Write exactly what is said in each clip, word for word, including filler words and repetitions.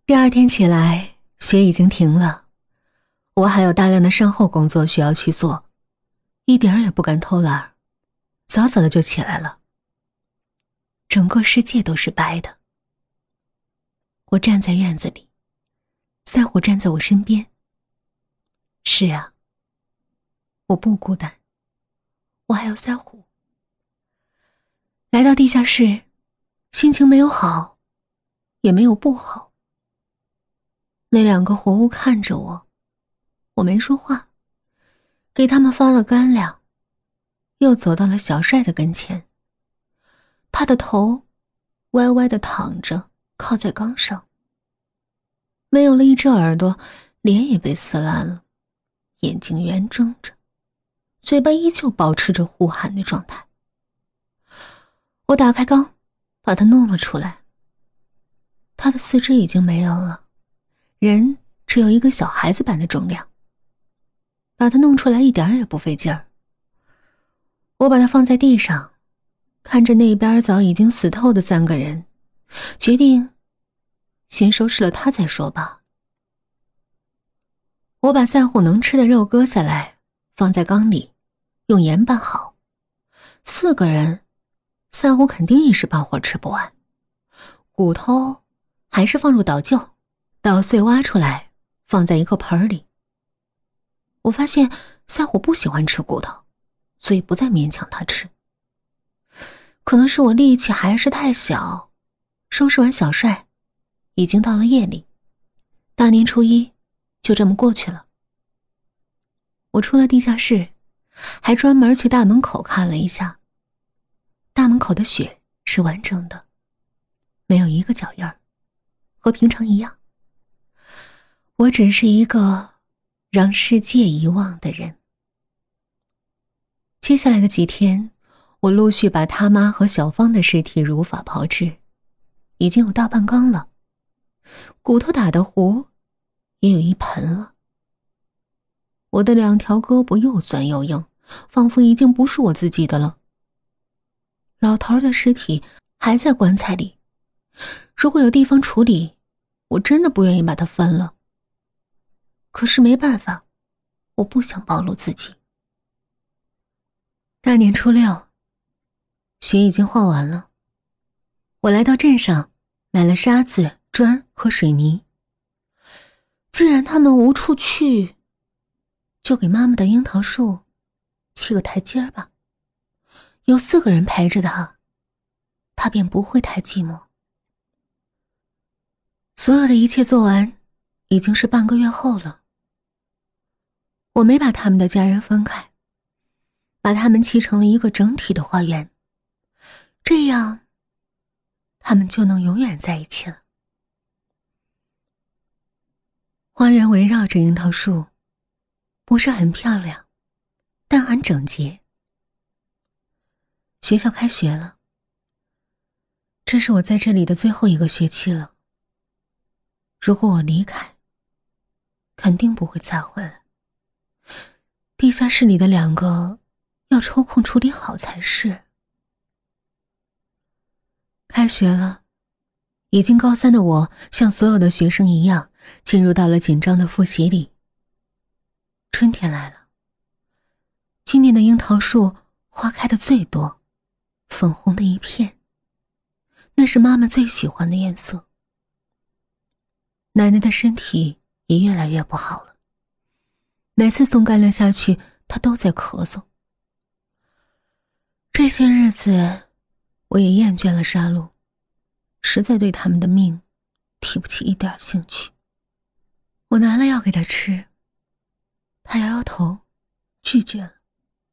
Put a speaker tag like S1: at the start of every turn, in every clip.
S1: 第二天起来，雪已经停了，我还有大量的善后工作需要去做，一点儿也不敢偷懒，早早的就起来了。整个世界都是白的。我站在院子里，赛虎站在我身边。是啊，我不孤单，我还有赛虎。来到地下室，心情没有好，也没有不好。那两个活物看着我，我没说话，给他们发了干粮，又走到了小帅的跟前。他的头歪歪地躺着，靠在缸上，没有了一只耳朵，脸也被撕烂了，眼睛圆睁着，嘴巴依旧保持着呼喊的状态。我打开缸，把它弄了出来。他的四肢已经没有了，人只有一个小孩子般的重量，把它弄出来一点也不费劲儿。我把它放在地上，看着那边早已经死透的三个人，决定先收拾了他再说吧。我把赛虎能吃的肉割下来，放在缸里，用盐拌好。四个人，赛虎肯定一时半会儿吃不完。骨头还是放入捣臼，捣碎挖出来，放在一个盆里。我发现赛虎不喜欢吃骨头，所以不再勉强他吃。可能是我力气还是太小，收拾完小帅，已经到了夜里。大年初一就这么过去了。我出了地下室，还专门去大门口看了一下。大门口的雪是完整的，没有一个脚印儿，和平常一样。我只是一个让世界遗忘的人。接下来的几天，我陆续把他妈和小芳的尸体如法炮制，已经有大半缸了，骨头打的糊也有一盆了。我的两条胳膊又酸又硬，仿佛已经不是我自己的了。老头的尸体还在棺材里，如果有地方处理，我真的不愿意把它分了。可是没办法，我不想暴露自己。大年初六，雪已经化完了。我来到镇上，买了沙子、砖和水泥。既然他们无处去，就给妈妈的樱桃树砌个台阶吧。有四个人陪着他，他便不会太寂寞。所有的一切做完，已经是半个月后了。我没把他们的家人分开，把他们砌成了一个整体的花园，这样他们就能永远在一起了。花园围绕着樱桃树，不是很漂亮，但很整洁。学校开学了，这是我在这里的最后一个学期了。如果我离开，肯定不会再回来。地下室里的两个要抽空处理好才是。开学了，已经高三的我像所有的学生一样进入到了紧张的复习里。春天来了，今年的樱桃树花开的最多，粉红的一片，那是妈妈最喜欢的颜色。奶奶的身体也越来越不好了，每次送干粮下去，她都在咳嗽。这些日子我也厌倦了杀戮，实在对他们的命提不起一点兴趣。我拿了药给他吃，他摇摇头，拒绝了。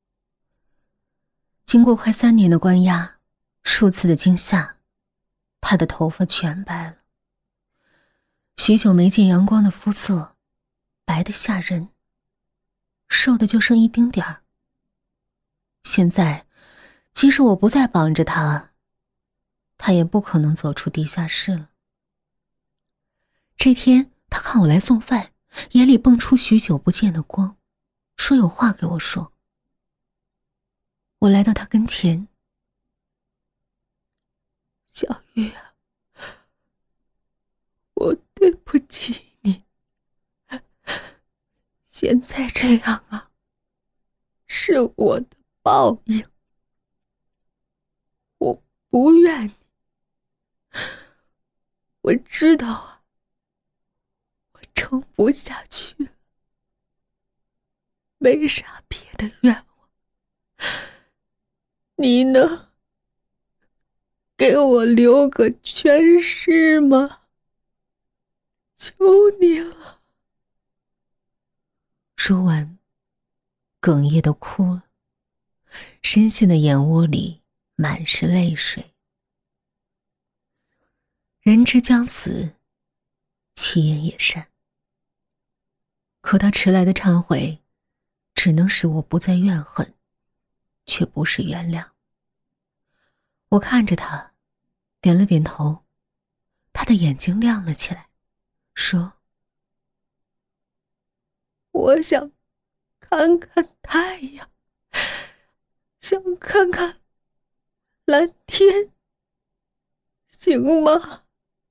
S1: 经过快三年的关押，数次的惊吓，他的头发全白了。许久没见阳光的肤色，白得吓人，瘦的就剩一丁点儿。现在，即使我不再绑着他，他也不可能走出地下室了。这天，他看我来送饭，眼里蹦出许久不见的光，说有话给我说。我来到他跟前，小玉啊，我对不现在这样啊，是我的报应。我不怨你，我知道啊，我撑不下去，没啥别的愿望。你能给我留个全尸吗？求你了。说完，哽咽的哭了，深陷的眼窝里满是泪水。人之将死，其言也善。可他迟来的忏悔，只能使我不再怨恨，却不是原谅。我看着他，点了点头，他的眼睛亮了起来，说：我想看看太阳，想看看蓝天，行吗？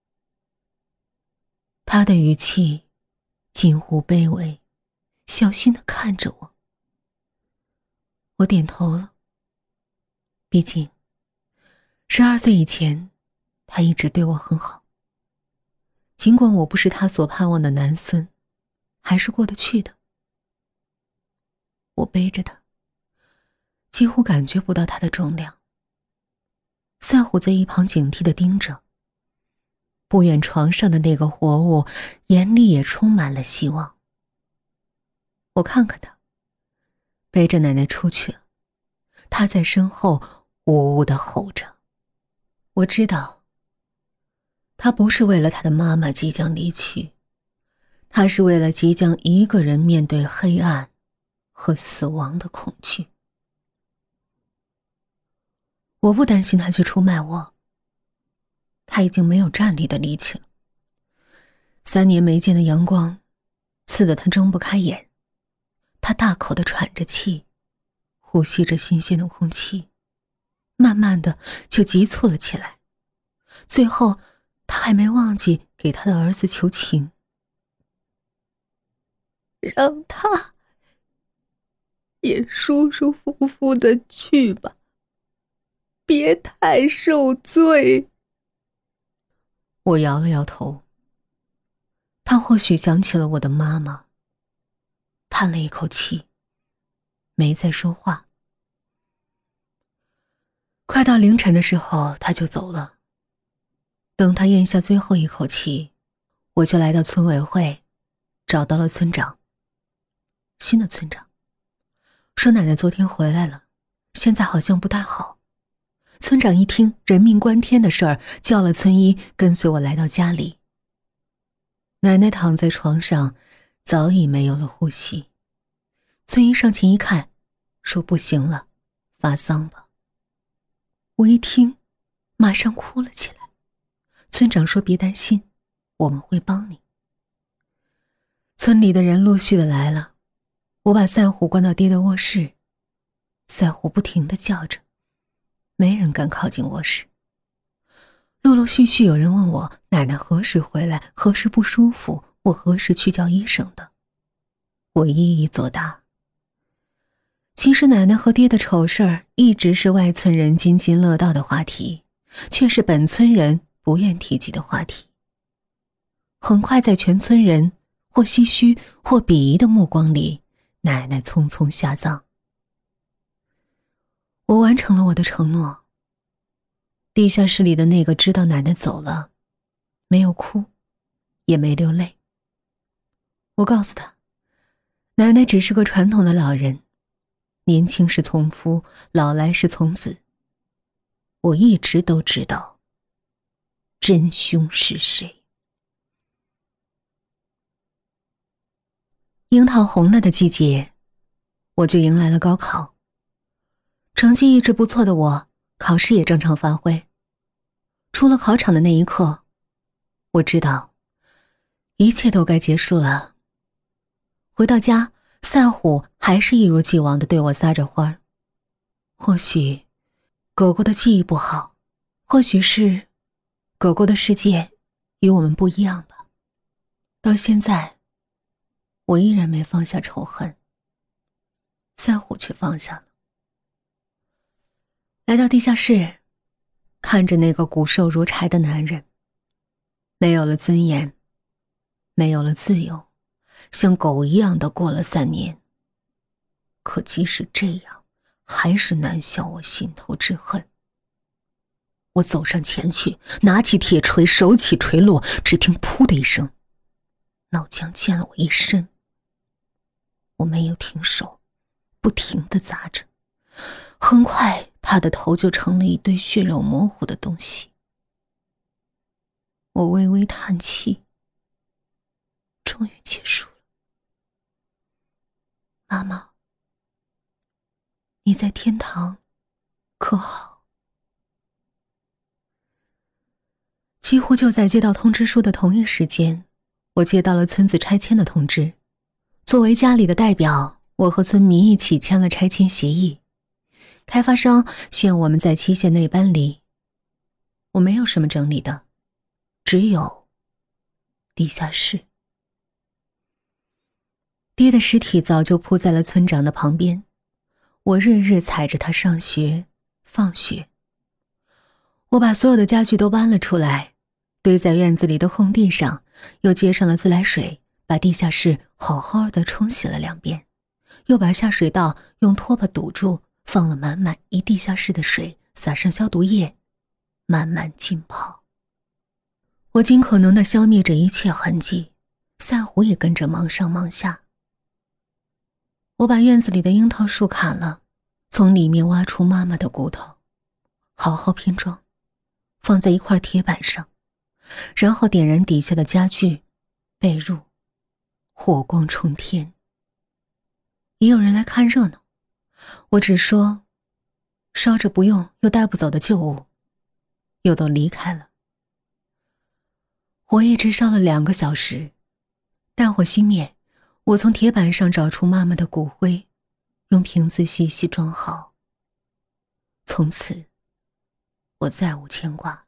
S1: 他的语气近乎卑微，小心地看着我。我点头了。毕竟十二岁以前，他一直对我很好。尽管我不是他所盼望的男孙，还是过得去的。我背着他，几乎感觉不到他的重量。赛虎在一旁警惕地盯着。不远床上的那个活物，眼里也充满了希望。我看看他，背着奶奶出去了。他在身后呜呜地吼着。我知道，他不是为了他的妈妈即将离去，他是为了即将一个人面对黑暗和死亡的恐惧。我不担心他去出卖我，他已经没有站立的力气了。三年没见的阳光刺得他睁不开眼，他大口地喘着气，呼吸着新鲜的空气，慢慢的就急促了起来。最后他还没忘记给他的儿子求情，让他也舒舒服服的去吧，别太受罪。我摇了摇头。他或许想起了我的妈妈，叹了一口气，没再说话。快到凌晨的时候，他就走了。等他咽下最后一口气，我就来到村委会，找到了村长。新的村长说奶奶昨天回来了，现在好像不太好。村长一听人命关天的事儿，叫了村医跟随我来到家里。奶奶躺在床上，早已没有了呼吸。村医上前一看，说不行了，发丧吧。我一听，马上哭了起来。村长说别担心，我们会帮你。村里的人陆续的来了，我把赛虎关到爹的卧室。赛虎不停地叫着，没人敢靠近卧室。陆陆续续有人问我奶奶何时回来，何时不舒服，我何时去叫医生的。我一一作答。其实奶奶和爹的丑事儿一直是外村人津津乐道的话题，却是本村人不愿提及的话题。很快在全村人或唏嘘或鄙夷的目光里，奶奶匆匆下葬。我完成了我的承诺。地下室里的那个知道奶奶走了，没有哭，也没流泪。我告诉他，奶奶只是个传统的老人，年轻是从夫，老来是从子。我一直都知道真凶是谁。樱桃红了的季节，我就迎来了高考。成绩一直不错的我，考试也正常发挥。出了考场的那一刻，我知道一切都该结束了。回到家，赛虎还是一如既往地对我撒着欢儿。或许狗狗的记忆不好，或许是狗狗的世界与我们不一样吧。到现在， 我依然没放下仇恨，赛虎却放下了。来到地下室，看着那个骨瘦如柴的男人，没有了尊严，没有了自由，像狗一样的过了三年。可即使这样，还是难消我心头之恨。我走上前去，拿起铁锤，手起锤落，只听噗的一声，脑浆溅了我一身。我没有停手，不停地砸着，很快他的头就成了一堆血肉模糊的东西。我微微叹气，终于结束了。妈妈，你在天堂可好？几乎就在接到通知书的同一时间，我接到了村子拆迁的通知。作为家里的代表，我和村民一起签了拆迁协议。开发商限我们在期限内搬离。我没有什么整理的，只有地下室。爹的尸体早就铺在了村长的旁边，我日日踩着他上学放学。我把所有的家具都搬了出来，堆在院子里的空地上，又接上了自来水，把地下室好好的冲洗了两遍，又把下水道用拖把堵住，放了满满一地下室的水，撒上消毒液，慢慢浸泡。我尽可能地消灭着一切痕迹，赛虎也跟着忙上忙下。我把院子里的樱桃树砍了，从里面挖出妈妈的骨头，好好拼装，放在一块铁板上，然后点燃底下的家具、被褥，火光冲天。也有人来看热闹，我只说烧着不用又带不走的旧物，又都离开了。火一直烧了两个小时，大火熄灭，我从铁板上找出妈妈的骨灰，用瓶子细细装好。从此我再无牵挂。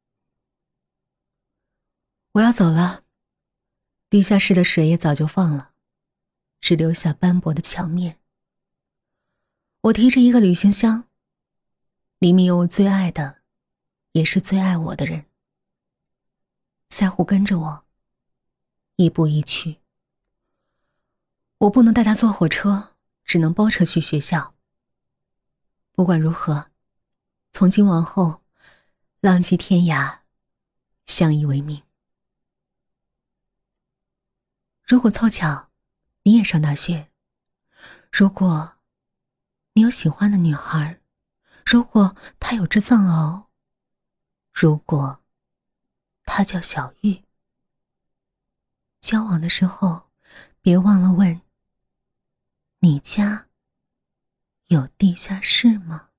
S1: 我要走了，地下室的水也早就放了，只留下斑驳的墙面。我提着一个旅行箱，里面有我最爱的，也是最爱我的人。赛虎跟着我，一步一趋。我不能带他坐火车，只能包车去学校。不管如何，从今往后，浪迹天涯，相依为命。如果凑巧你也上大学，如果你有喜欢的女孩，如果她有只藏獒，如果她叫小玉，交往的时候别忘了问，你家有地下室吗？